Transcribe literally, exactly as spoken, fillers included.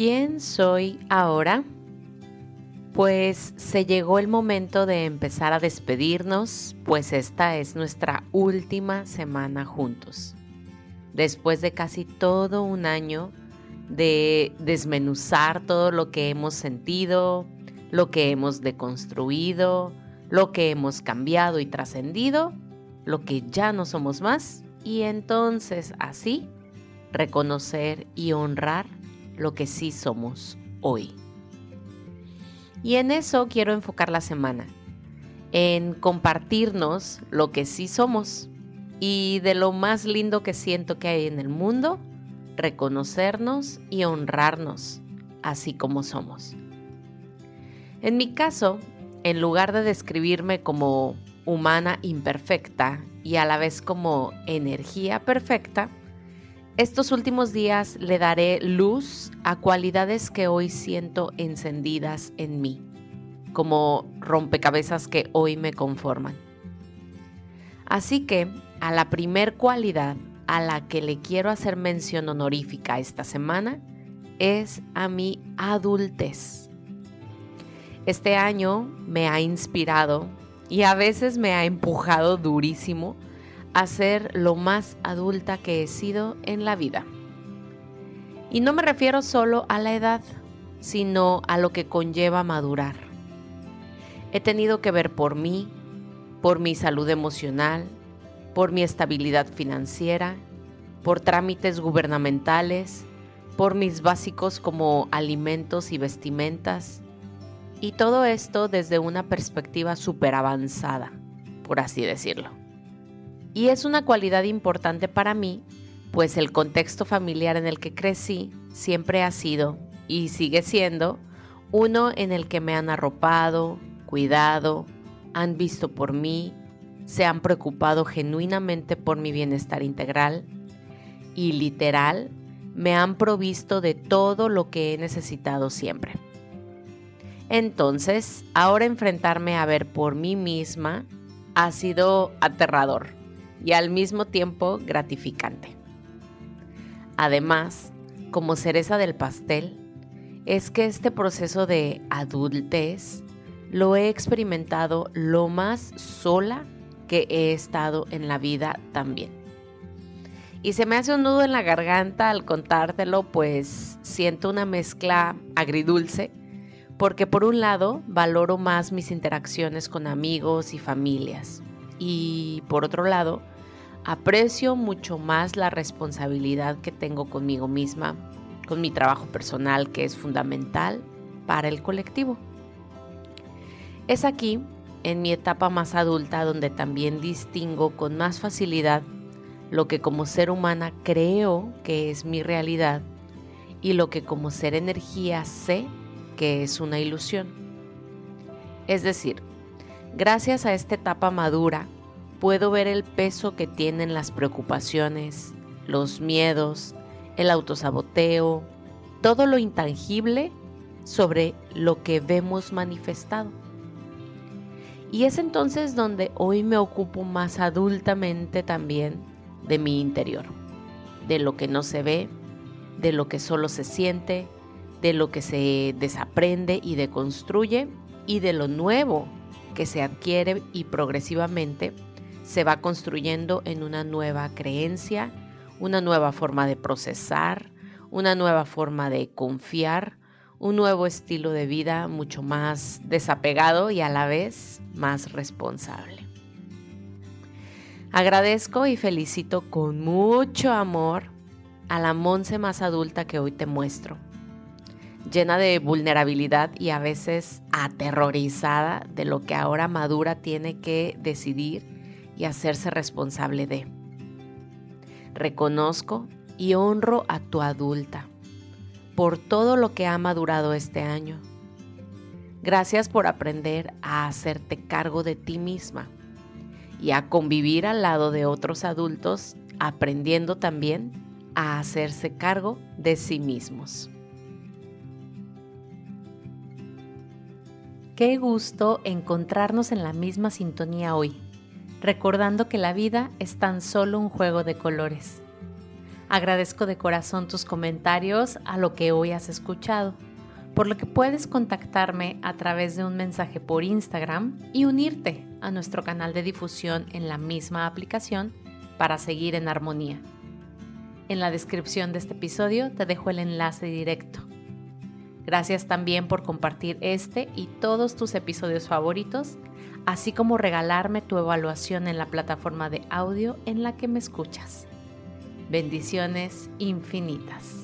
¿Quién soy ahora? Pues se llegó el momento de empezar a despedirnos, pues esta es nuestra última semana juntos. Después de casi todo un año de desmenuzar todo lo que hemos sentido, lo que hemos deconstruido, lo que hemos cambiado y trascendido, lo que ya no somos más, y entonces así reconocer y honrar lo que sí somos hoy. Y en eso quiero enfocar la semana, en compartirnos lo que sí somos y de lo más lindo que siento que hay en el mundo, reconocernos y honrarnos así como somos. En mi caso, en lugar de describirme como humana imperfecta y a la vez como energía perfecta, estos últimos días le daré luz a cualidades que hoy siento encendidas en mí, como rompecabezas que hoy me conforman. Así que a la primer cualidad a la que le quiero hacer mención honorífica esta semana es a mi adultez. Este año me ha inspirado y a veces me ha empujado durísimo a ser lo más adulta que he sido en la vida. Y no me refiero solo a la edad, sino a lo que conlleva madurar. He tenido que ver por mí, por mi salud emocional, por mi estabilidad financiera, por trámites gubernamentales, por mis básicos como alimentos y vestimentas, y todo esto desde una perspectiva súper avanzada, por así decirlo. Y es una cualidad importante para mí, pues el contexto familiar en el que crecí siempre ha sido y sigue siendo uno en el que me han arropado, cuidado, han visto por mí, se han preocupado genuinamente por mi bienestar integral y literal me han provisto de todo lo que he necesitado siempre. Entonces, ahora enfrentarme a ver por mí misma ha sido aterrador y al mismo tiempo gratificante. Además, como cereza del pastel, es que este proceso de adultez lo he experimentado lo más sola que he estado en la vida también. Y se me hace un nudo en la garganta al contártelo, pues siento una mezcla agridulce, porque por un lado valoro más mis interacciones con amigos y familias, y por otro lado, aprecio mucho más la responsabilidad que tengo conmigo misma, con mi trabajo personal que es fundamental para el colectivo. Es aquí, en mi etapa más adulta, donde también distingo con más facilidad lo que como ser humana creo que es mi realidad y lo que como ser energía sé que es una ilusión. Es decir, gracias a esta etapa madura, puedo ver el peso que tienen las preocupaciones, los miedos, el autosaboteo, todo lo intangible sobre lo que vemos manifestado. Y es entonces donde hoy me ocupo más adultamente también de mi interior, de lo que no se ve, de lo que solo se siente, de lo que se desaprende y deconstruye y de lo nuevo que se adquiere y progresivamente se va construyendo en una nueva creencia, una nueva forma de procesar, una nueva forma de confiar, un nuevo estilo de vida mucho más desapegado y a la vez más responsable. Agradezco y felicito con mucho amor a la Monse más adulta que hoy te muestro, llena de vulnerabilidad y a veces aterrorizada de lo que ahora madura tiene que decidir y hacerse responsable de. Reconozco y honro a tu adulta por todo lo que ha madurado este año. Gracias por aprender a hacerte cargo de ti misma y a convivir al lado de otros adultos, aprendiendo también a hacerse cargo de sí mismos. Qué gusto encontrarnos en la misma sintonía hoy, recordando que la vida es tan solo un juego de colores. Agradezco de corazón tus comentarios a lo que hoy has escuchado, por lo que puedes contactarme a través de un mensaje por Instagram y unirte a nuestro canal de difusión en la misma aplicación para seguir en armonía. En la descripción de este episodio te dejo el enlace directo. Gracias también por compartir este y todos tus episodios favoritos, así como regalarme tu evaluación en la plataforma de audio en la que me escuchas. Bendiciones infinitas.